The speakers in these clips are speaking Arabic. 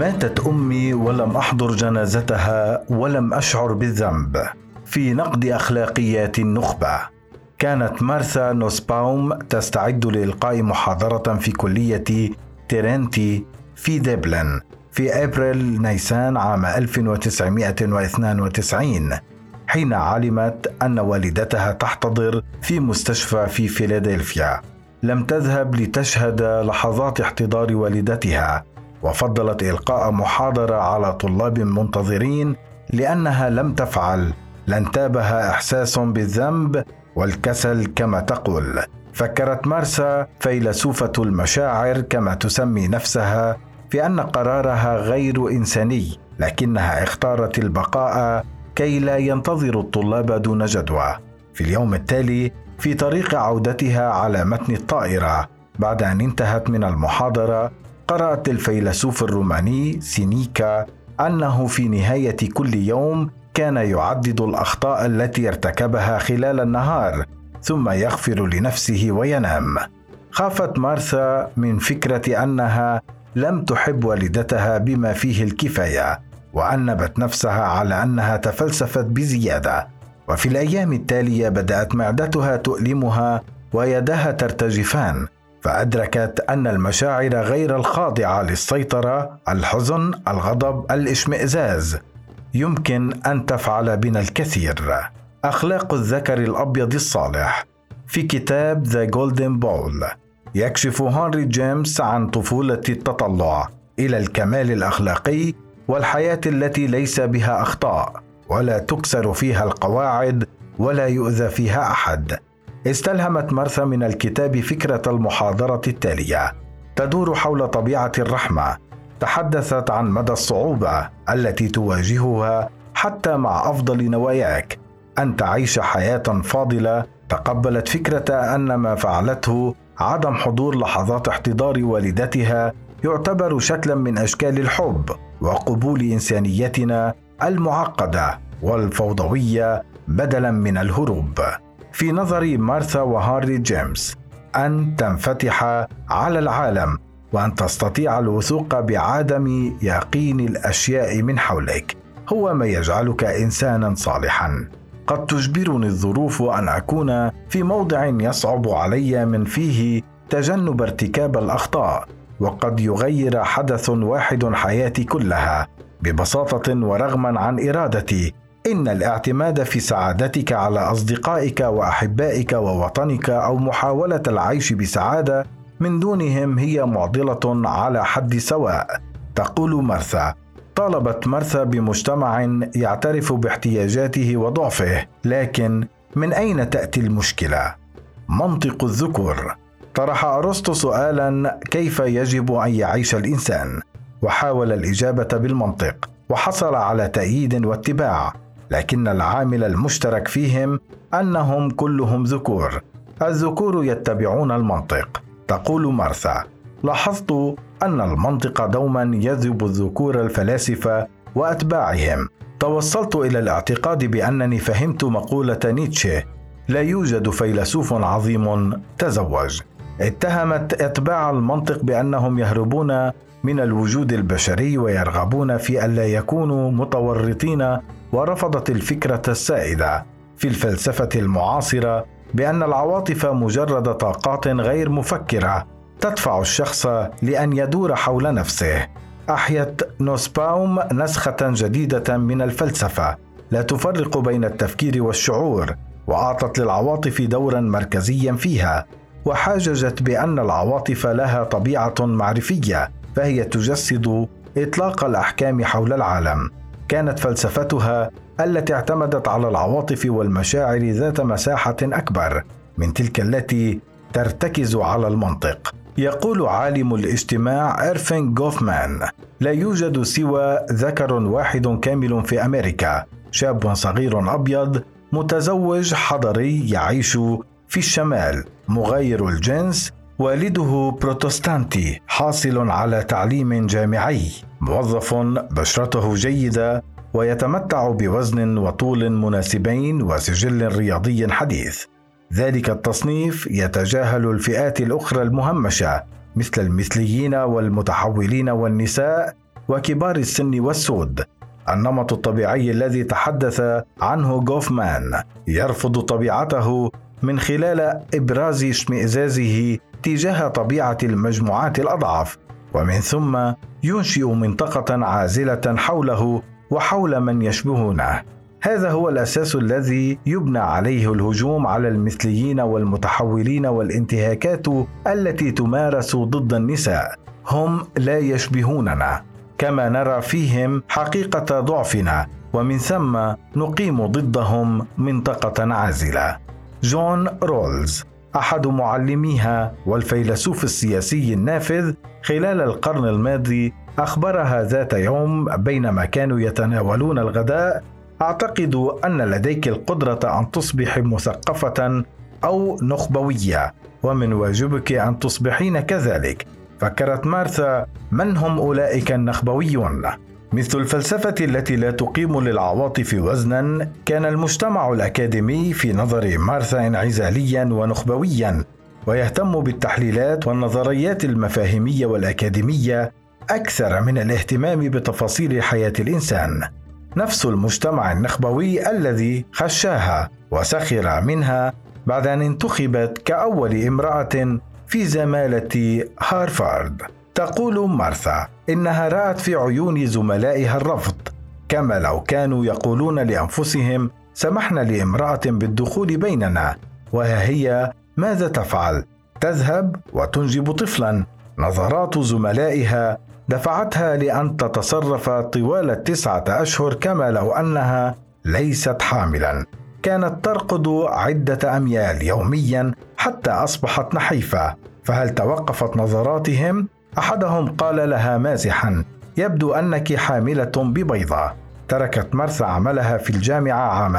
ماتت أمي ولم أحضر جنازتها ولم أشعر بالذنب. في نقد أخلاقيات النخبة، كانت مارثا نوسباوم تستعد لإلقاء محاضرة في كلية تيرنتي في دبلن في أبريل نيسان عام 1992، حين علمت أن والدتها تحتضر في مستشفى في فيلادلفيا. لم تذهب لتشهد لحظات احتضار والدتها، وفضلت إلقاء محاضرة على طلاب منتظرين لأنها لم تفعل. لانتابها إحساس بالذنب والكسل كما تقول. فكرت مارثا فيلسوفة المشاعر كما تسمي نفسها في أن قرارها غير إنساني، لكنها اختارت البقاء كي لا ينتظر الطلاب دون جدوى. في اليوم التالي في طريق عودتها على متن الطائرة بعد أن انتهت من المحاضرة، قرأت الفيلسوف الروماني سينيكا أنه في نهاية كل يوم كان يعدد الأخطاء التي ارتكبها خلال النهار ثم يغفر لنفسه وينام. خافت مارثا من فكرة أنها لم تحب والدتها بما فيه الكفاية، وأنبت نفسها على أنها تفلسفت بزيادة. وفي الأيام التالية بدأت معدتها تؤلمها ويدها ترتجفان، فأدركت أن المشاعر غير الخاضعة للسيطرة، الحزن، الغضب، الاشمئزاز، يمكن أن تفعل بنا الكثير. أخلاق الذكر الأبيض الصالح. في كتاب The Golden Ball يكشف هنري جيمس عن طفولة التطلع إلى الكمال الأخلاقي والحياة التي ليس بها أخطاء ولا تكسر فيها القواعد ولا يؤذى فيها أحد. استلهمت مارثا من الكتاب فكرة المحاضرة التالية، تدور حول طبيعة الرحمة. تحدثت عن مدى الصعوبة التي تواجهها حتى مع أفضل نواياك أن تعيش حياة فاضلة. تقبلت فكرة أن ما فعلته عدم حضور لحظات احتضار والدتها يعتبر شكلا من أشكال الحب وقبول إنسانيتنا المعقدة والفوضوية بدلا من الهروب. في نظر مارثا وهنري جيمس، أن تنفتح على العالم وأن تستطيع الوثوق بعدم يقين الأشياء من حولك هو ما يجعلك إنسانا صالحا. قد تجبرني الظروف أن أكون في موضع يصعب علي من فيه تجنب ارتكاب الأخطاء، وقد يغير حدث واحد حياتي كلها ببساطة ورغما عن إرادتي. إن الاعتماد في سعادتك على أصدقائك وأحبائك ووطنك أو محاولة العيش بسعادة من دونهم هي معضلة على حد سواء، تقول مارثا. طالبت مارثا بمجتمع يعترف باحتياجاته وضعفه، لكن من أين تأتي المشكلة؟ منطق الذكور. طرح أرسطو سؤالا: كيف يجب أن يعيش الإنسان؟ وحاول الإجابة بالمنطق، وحصل على تأييد واتباع، لكن العامل المشترك فيهم أنهم كلهم ذكور. الذكور يتبعون المنطق، تقول مارثا. لاحظت أن المنطق دوما يذهب الذكور الفلاسفة وأتباعهم. توصلت إلى الاعتقاد بأنني فهمت مقولة نيتشه: لا يوجد فيلسوف عظيم تزوج. اتهمت أتباع المنطق بأنهم يهربون من الوجود البشري ويرغبون في ألا يكونوا متورطين، ورفضت الفكرة السائدة في الفلسفة المعاصرة بأن العواطف مجرد طاقات غير مفكرة تدفع الشخص لأن يدور حول نفسه. أحيت نوسباوم نسخة جديدة من الفلسفة لا تفرق بين التفكير والشعور، وأعطت للعواطف دورا مركزيا فيها، وحاججت بأن العواطف لها طبيعة معرفية فهي تجسد إطلاق الأحكام حول العالم. كانت فلسفتها التي اعتمدت على العواطف والمشاعر ذات مساحة أكبر من تلك التي ترتكز على المنطق. يقول عالم الاجتماع إيرفينغ غوفمان: لا يوجد سوى ذكر واحد كامل في أمريكا، شاب صغير أبيض متزوج حضري يعيش في الشمال، مغاير الجنس، والده بروتستانتي حاصل على تعليم جامعي، موظف، بشرته جيدة، ويتمتع بوزن وطول مناسبين وسجل رياضي حديث. ذلك التصنيف يتجاهل الفئات الأخرى المهمشة مثل المثليين والمتحولين والنساء وكبار السن والسود. النمط الطبيعي الذي تحدث عنه غوفمان يرفض طبيعته من خلال إبراز اشمئزازه تجاه طبيعة المجموعات الأضعف، ومن ثم ينشئ منطقة عازلة حوله وحول من يشبهونه. هذا هو الأساس الذي يبنى عليه الهجوم على المثليين والمتحولين والانتهاكات التي تمارس ضد النساء. هم لا يشبهوننا، كما نرى فيهم حقيقة ضعفنا، ومن ثم نقيم ضدهم منطقة عازلة. جون رولز أحد معلميها والفيلسوف السياسي النافذ خلال القرن الماضي أخبرها ذات يوم بينما كانوا يتناولون الغداء: أعتقد أن لديك القدرة أن تصبح مثقفة أو نخبوية، ومن واجبك أن تصبحين كذلك. فكرت مارثا: من هم أولئك النخبويون؟ مثل الفلسفة التي لا تقيم للعواطف وزنا، كان المجتمع الأكاديمي في نظر مارثا انعزاليا ونخبويا، ويهتم بالتحليلات والنظريات المفاهيمية والأكاديمية أكثر من الاهتمام بتفاصيل حياة الإنسان. نفس المجتمع النخبوي الذي خشاها وسخر منها بعد أن انتخبت كأول امرأة في زمالة هارفارد. تقول مارثا إنها رأت في عيون زملائها الرفض، كما لو كانوا يقولون لأنفسهم: سمحنا لامرأة بالدخول بيننا، وها هي ماذا تفعل؟ تذهب وتنجب طفلا. نظرات زملائها دفعتها لأن تتصرف طوال 9 أشهر كما لو أنها ليست حاملا. كانت ترقد عدة أميال يوميا حتى أصبحت نحيفة. فهل توقفت نظراتهم؟ أحدهم قال لها مازحا: يبدو أنك حاملة ببيضة. تركت مارثا عملها في الجامعة عام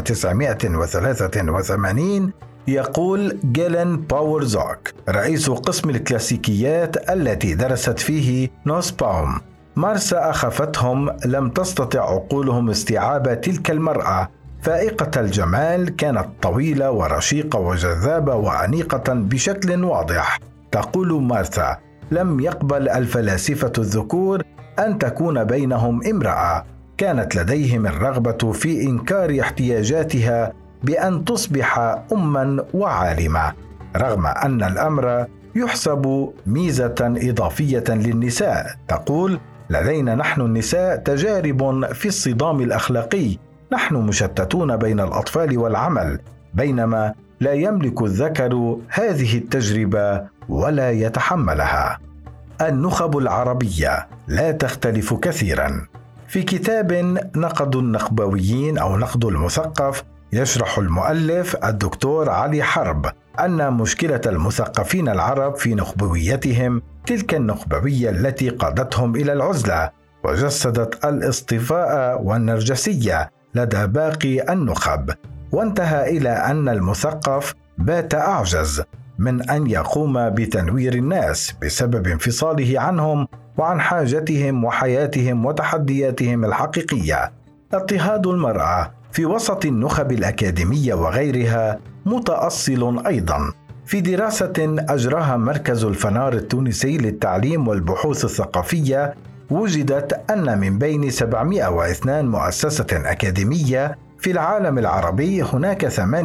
1983. يقول جيلين باورزوك رئيس قسم الكلاسيكيات التي درست فيه نوسباوم: مارثا أخفتهم، لم تستطع عقولهم استيعاب تلك المرأة. فائقة الجمال، كانت طويلة ورشيقة وجذابة وأنيقة بشكل واضح. تقول مارثا: لم يقبل الفلاسفة الذكور أن تكون بينهم امرأة. كانت لديهم الرغبة في إنكار احتياجاتها بأن تصبح أماً وعالمة، رغم أن الأمر يحسب ميزة إضافية للنساء. تقول: لدينا نحن النساء تجارب في الصدام الأخلاقي. نحن مشتتون بين الأطفال والعمل، بينما لا يملك الذكر هذه التجربة ولا يتحملها. النخب العربية لا تختلف كثيرا. في كتاب نقد النخبويين أو نقد المثقف، يشرح المؤلف الدكتور علي حرب أن مشكلة المثقفين العرب في نخبويتهم تلك النخبوية التي قادتهم إلى العزلة وجسدت الاصطفاء والنرجسية لدى باقي النخب، وانتهى إلى أن المثقف بات أعجز من أن يقوم بتنوير الناس بسبب انفصاله عنهم وعن حاجتهم وحياتهم وتحدياتهم الحقيقية. اضطهاد المرأة في وسط النخب الأكاديمية وغيرها متأصل أيضا. في دراسة أجراها مركز الفنار التونسي للتعليم والبحوث الثقافية، وجدت أن من بين 702 مؤسسة أكاديمية في العالم العربي هناك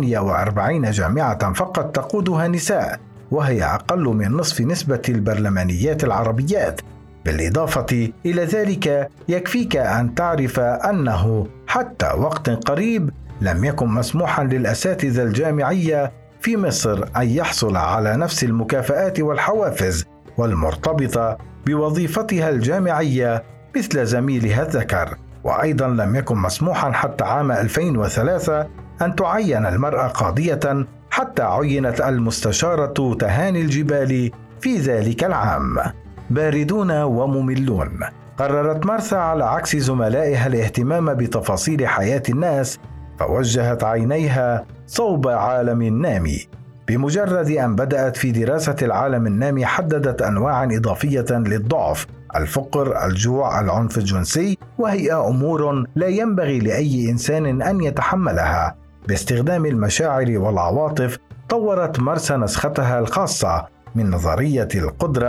48 جامعة فقط تقودها نساء، وهي أقل من نصف نسبة البرلمانيات العربيات. بالإضافة إلى ذلك، يكفيك أن تعرف أنه حتى وقت قريب لم يكن مسموحا للأساتذة الجامعية في مصر أن يحصل على نفس المكافآت والحوافز والمرتبطة بوظيفتها الجامعية مثل زميلها الذكر. وأيضا لم يكن مسموحا حتى عام 2003 أن تعين المرأة قاضية، حتى عينت المستشارة تهاني الجبالي في ذلك العام. باردون ومملون. قررت مارثا على عكس زملائها الاهتمام بتفاصيل حياة الناس، فوجهت عينيها صوب عالم نامي. بمجرد أن بدأت في دراسة العالم النامي، حددت أنواعا إضافية للضعف: الفقر، الجوع، العنف الجنسي، وهي أمور لا ينبغي لأي إنسان أن يتحملها. باستخدام المشاعر والعواطف، طورت مارثا نسختها الخاصة من نظرية القدرة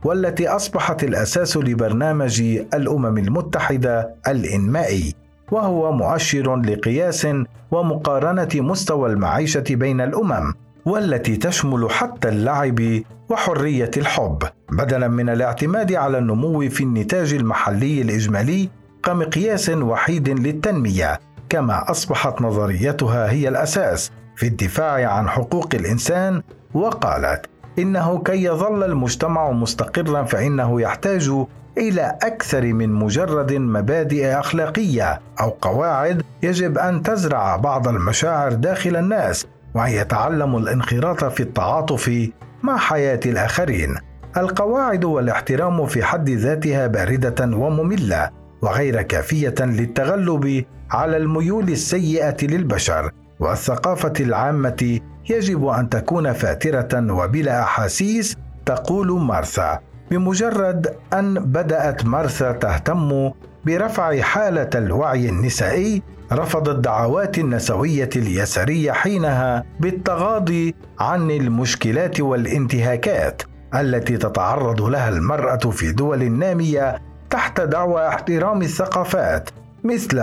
والتي أصبحت الأساس لبرنامج الأمم المتحدة الإنمائي، وهو مؤشر لقياس ومقارنة مستوى المعيشة بين الأمم، والتي تشمل حتى اللعب وحرية الحب، بدلاً من الاعتماد على النمو في النتاج المحلي الإجمالي كمقياس وحيد للتنمية. كما أصبحت نظريتها هي الأساس في الدفاع عن حقوق الإنسان، وقالت إنه كي يظل المجتمع مستقراً فإنه يحتاج إلى أكثر من مجرد مبادئ أخلاقية أو قواعد، يجب أن تزرع بعض المشاعر داخل الناس وأن يتعلموا الانخراط في التعاطف مع حياة الآخرين. القواعد والاحترام في حد ذاتها باردة ومملة وغير كافية للتغلب على الميول السيئة للبشر، والثقافة العامة يجب أن تكون فاترة وبلا أحاسيس، تقول مارثا. بمجرد أن بدأت مارثا تهتم برفع حالة الوعي النسائي، رفضت الدعوات النسوية اليسارية حينها بالتغاضي عن المشكلات والانتهاكات التي تتعرض لها المرأة في دول نامية تحت دعوى احترام الثقافات مثل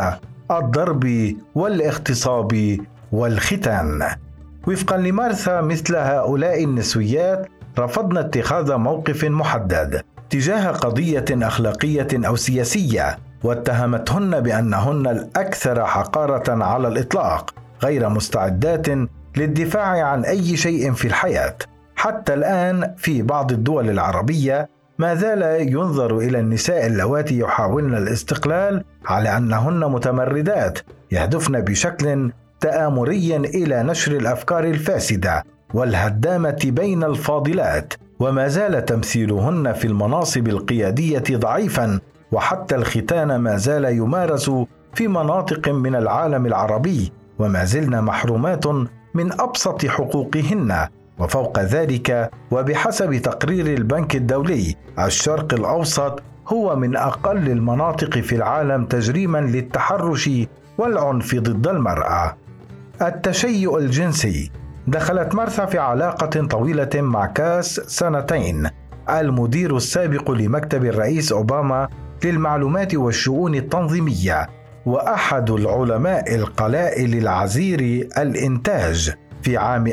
الضرب والاغتصاب والختان. وفقا لمارثا، مثل هؤلاء النسويات رفضن اتخاذ موقف محدد تجاه قضية أخلاقية أو سياسية، واتهمتهن بأنهن الأكثر حقارة على الإطلاق، غير مستعدات للدفاع عن أي شيء في الحياة. حتى الآن في بعض الدول العربية ما زال ينظر إلى النساء اللواتي يحاولن الاستقلال على أنهن متمردات يهدفن بشكل تآمري إلى نشر الأفكار الفاسدة والهدامة بين الفاضلات، وما زال تمثيلهن في المناصب القيادية ضعيفا، وحتى الختان ما زال يمارس في مناطق من العالم العربي، وما زلنا محرومات من أبسط حقوقهن. وفوق ذلك، وبحسب تقرير البنك الدولي، الشرق الأوسط هو من أقل المناطق في العالم تجريما للتحرش والعنف ضد المرأة. التشيع الجنسي. دخلت مارثا في علاقة طويلة مع كاس 2 المدير السابق لمكتب الرئيس أوباما للمعلومات والشؤون التنظيمية، وأحد العلماء القلائل العزير الإنتاج في عام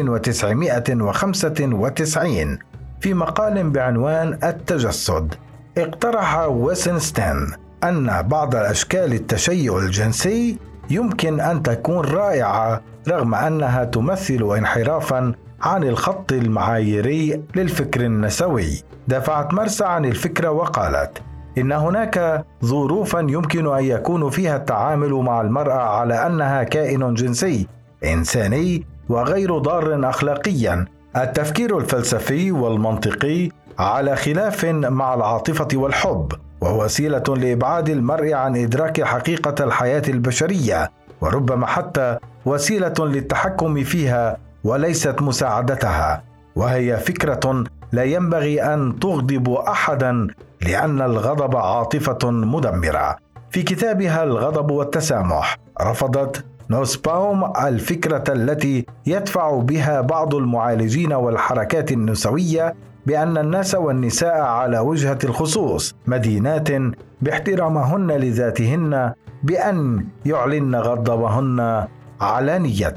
1995. في مقال بعنوان التجسد، اقترح ويسنستين أن بعض أشكال التشيع الجنسي يمكن أن تكون رائعة رغم أنها تمثل انحرافاً عن الخط المعاييري للفكر النسوي. دافعت مارثا عن الفكرة وقالت إن هناك ظروفاً يمكن أن يكون فيها التعامل مع المرأة على أنها كائن جنسي إنساني وغير ضار أخلاقياً. التفكير الفلسفي والمنطقي على خلاف مع العاطفة والحب، ووسيلة لإبعاد المرء عن إدراك حقيقة الحياة البشرية، وربما حتى وسيلة للتحكم فيها وليست مساعدتها. وهي فكرة لا ينبغي أن تغضب أحدا، لأن الغضب عاطفة مدمرة. في كتابها الغضب والتسامح، رفضت نوسباوم الفكرة التي يدفع بها بعض المعالجين والحركات النسوية بأن الناس والنساء على وجهة الخصوص مدينات باحترامهن لذاتهن بأن يعلن غضبهن علانية.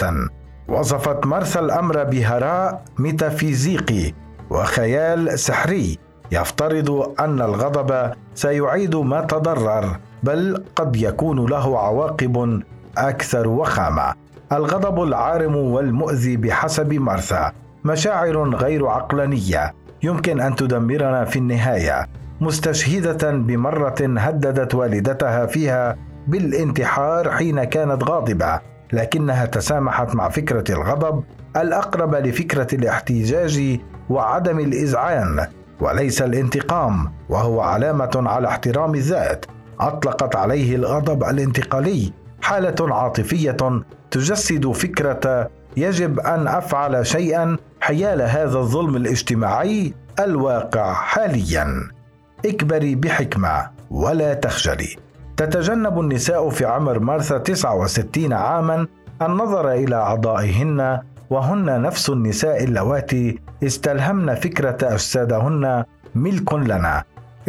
وصفت مارثا الأمر بهراء ميتافيزيقي وخيال سحري يفترض أن الغضب سيعيد ما تضرر، بل قد يكون له عواقب أكثر وخامة. الغضب العارم والمؤذي بحسب مارثا مشاعر غير عقلانية يمكن أن تدمرنا في النهاية، مستشهدة بمرة هددت والدتها فيها بالانتحار حين كانت غاضبة، لكنها تسامحت مع فكرة الغضب الأقرب لفكرة الاحتجاج وعدم الإذعان وليس الانتقام، وهو علامة على احترام الذات. أطلقت عليه الغضب الانتقالي، حالة عاطفية تجسد فكرة يجب أن أفعل شيئا حيال هذا الظلم الاجتماعي الواقع حاليا. اكبري بحكمة ولا تخجلي. تتجنب النساء في عمر مارثا 69 عاما النظر إلى أعضائهن، وهن نفس النساء اللواتي استلهمن فكرة أجسادهن ملك لنا.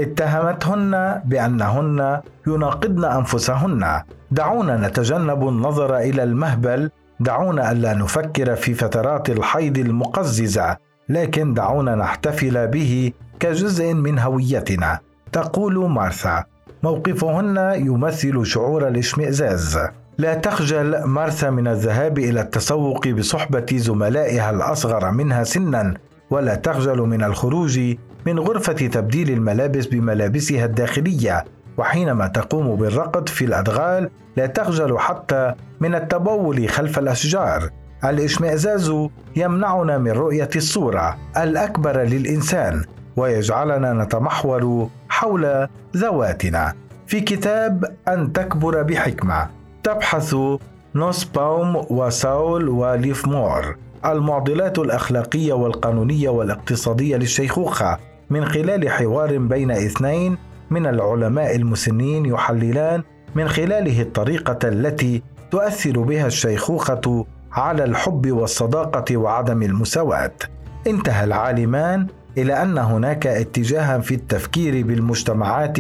اتهمتهن بأنهن يناقضن أنفسهن. دعونا نتجنب النظر إلى المهبل، دعونا ألا نفكر في فترات الحيض المقززة، لكن دعونا نحتفل به كجزء من هويتنا. تقول مارثا. موقفهن يمثل شعور الاشمئزاز. لا تخجل مارثا من الذهاب إلى التسوق بصحبة زملائها الأصغر منها سنا، ولا تخجل من الخروج من غرفة تبديل الملابس بملابسها الداخلية، وحينما تقوم بالرقد في الأدغال لا تخجل حتى من التبول خلف الأشجار. الاشمئزاز يمنعنا من رؤية الصورة الأكبر للإنسان ويجعلنا نتمحور حول ذواتنا. في كتاب أن تكبر بحكمة تبحث نوسباوم وساول وليفمور المعضلات الأخلاقية والقانونية والاقتصادية للشيخوخة من خلال حوار بين اثنين من العلماء المسنين يحللان من خلاله الطريقة التي تؤثر بها الشيخوخة على الحب والصداقة وعدم المساواة. انتهى العالمان إلى أن هناك اتجاها في التفكير بالمجتمعات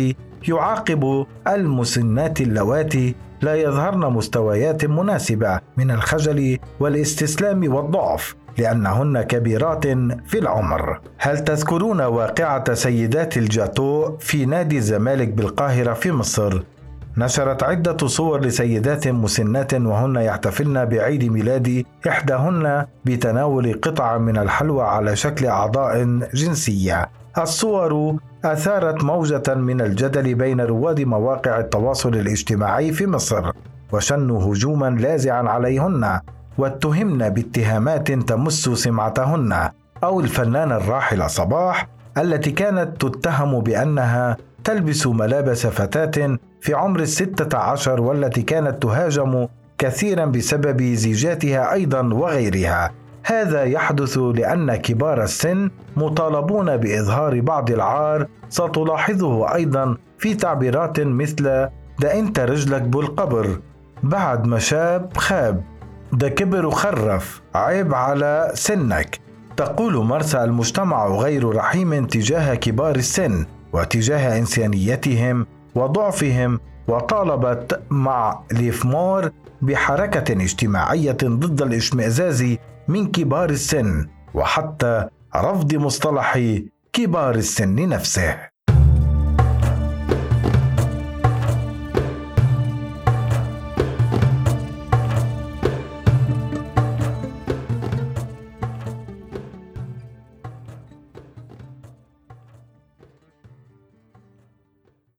يعاقب المسنات اللواتي لا يظهرن مستويات مناسبة من الخجل والاستسلام والضعف لأنهن كبيرات في العمر. هل تذكرون واقعة سيدات الجاتو في نادي الزمالك بالقاهرة في مصر؟ نشرت عدة صور لسيدات مسنات وهن يحتفلن بعيد ميلاد إحداهن بتناول قطعة من الحلوى على شكل أعضاء جنسية. الصور أثارت موجة من الجدل بين رواد مواقع التواصل الاجتماعي في مصر، وشنوا هجوما لاذعا عليهن واتهمن باتهامات تمس سمعتهن، أو الفنانة الراحلة صباح التي كانت تتهم بأنها تلبس ملابس فتاة في عمر 16 والتي كانت تهاجم كثيرا بسبب زيجاتها أيضا وغيرها. هذا يحدث لأن كبار السن مطالبون بإظهار بعض العار. ستلاحظه أيضا في تعبيرات مثل ده أنت رجلك بالقبر، بعد ما شاب خاب، ده كبر وخرف، عيب على سنك. تقول مارثا المجتمع غير رحيم تجاه كبار السن وتجاه إنسانيتهم وضعفهم، وطالبت مع ليفمور بحركة اجتماعية ضد الاشمئزاز من كبار السن وحتى رفض مصطلح كبار السن نفسه.